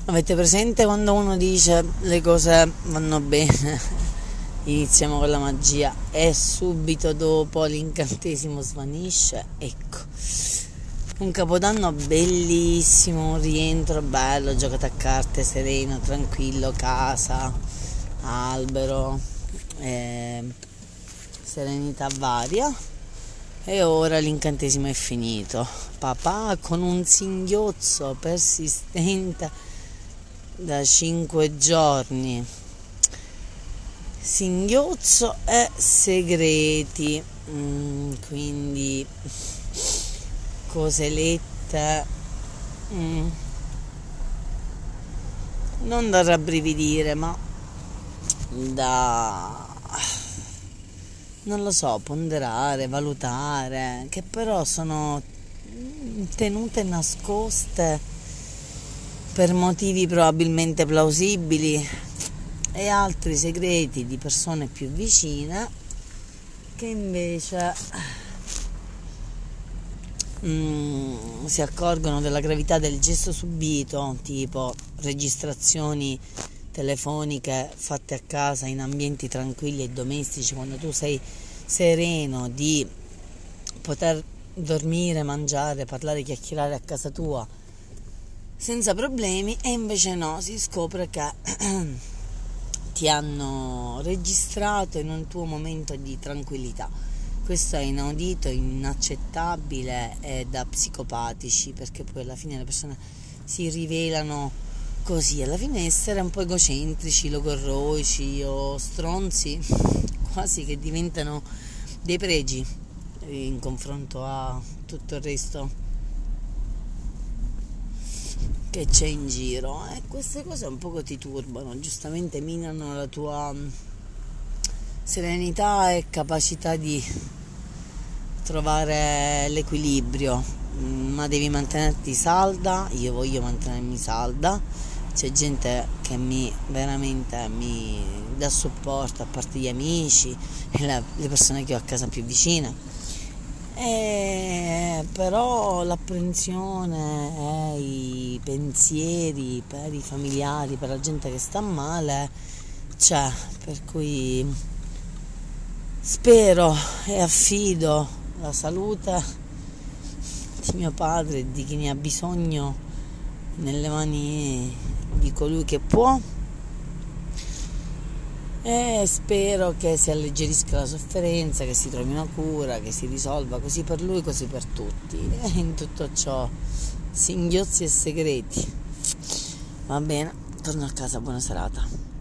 Avete presente quando uno dice le cose vanno bene? Iniziamo con la magia e subito dopo l'incantesimo svanisce. Ecco, un capodanno bellissimo, un rientro bello, giocate a carte, sereno, tranquillo, casa, albero, serenità varia. E ora l'incantesimo è finito. Papà con un singhiozzo persistente da 5 giorni, singhiozzo e segreti, quindi cose lette, non da rabbrividire, ma da, non lo so, ponderare, valutare, che però sono tenute nascoste per motivi probabilmente plausibili, e altri segreti di persone più vicine che invece si accorgono della gravità del gesto subito, tipo registrazioni telefoniche fatte a casa in ambienti tranquilli e domestici, quando tu sei sereno di poter dormire, mangiare, parlare, chiacchierare a casa tua senza problemi, e invece no, si scopre che ti hanno registrato in un tuo momento di tranquillità. Questo è inaudito, inaccettabile e da psicopatici, perché poi alla fine le persone si rivelano così, alla fine essere un po' egocentrici, logorroici o stronzi, quasi che diventano dei pregi in confronto a tutto il resto che c'è in giro, e queste cose un poco ti turbano, giustamente minano la tua serenità e capacità di trovare l'equilibrio, ma devi mantenerti salda. Io voglio mantenermi salda, c'è gente che veramente mi dà supporto, a parte gli amici e le persone che ho a casa più vicine. Però l'apprensione e i pensieri per i familiari, per la gente che sta male c'è, per cui spero e affido la salute di mio padre e di chi ne ha bisogno nelle mani di colui che può, e spero che si alleggerisca la sofferenza, che si trovi una cura, che si risolva, così per lui, così per tutti, e in tutto ciò singhiozzi e segreti. Va bene, torno a casa, buona serata.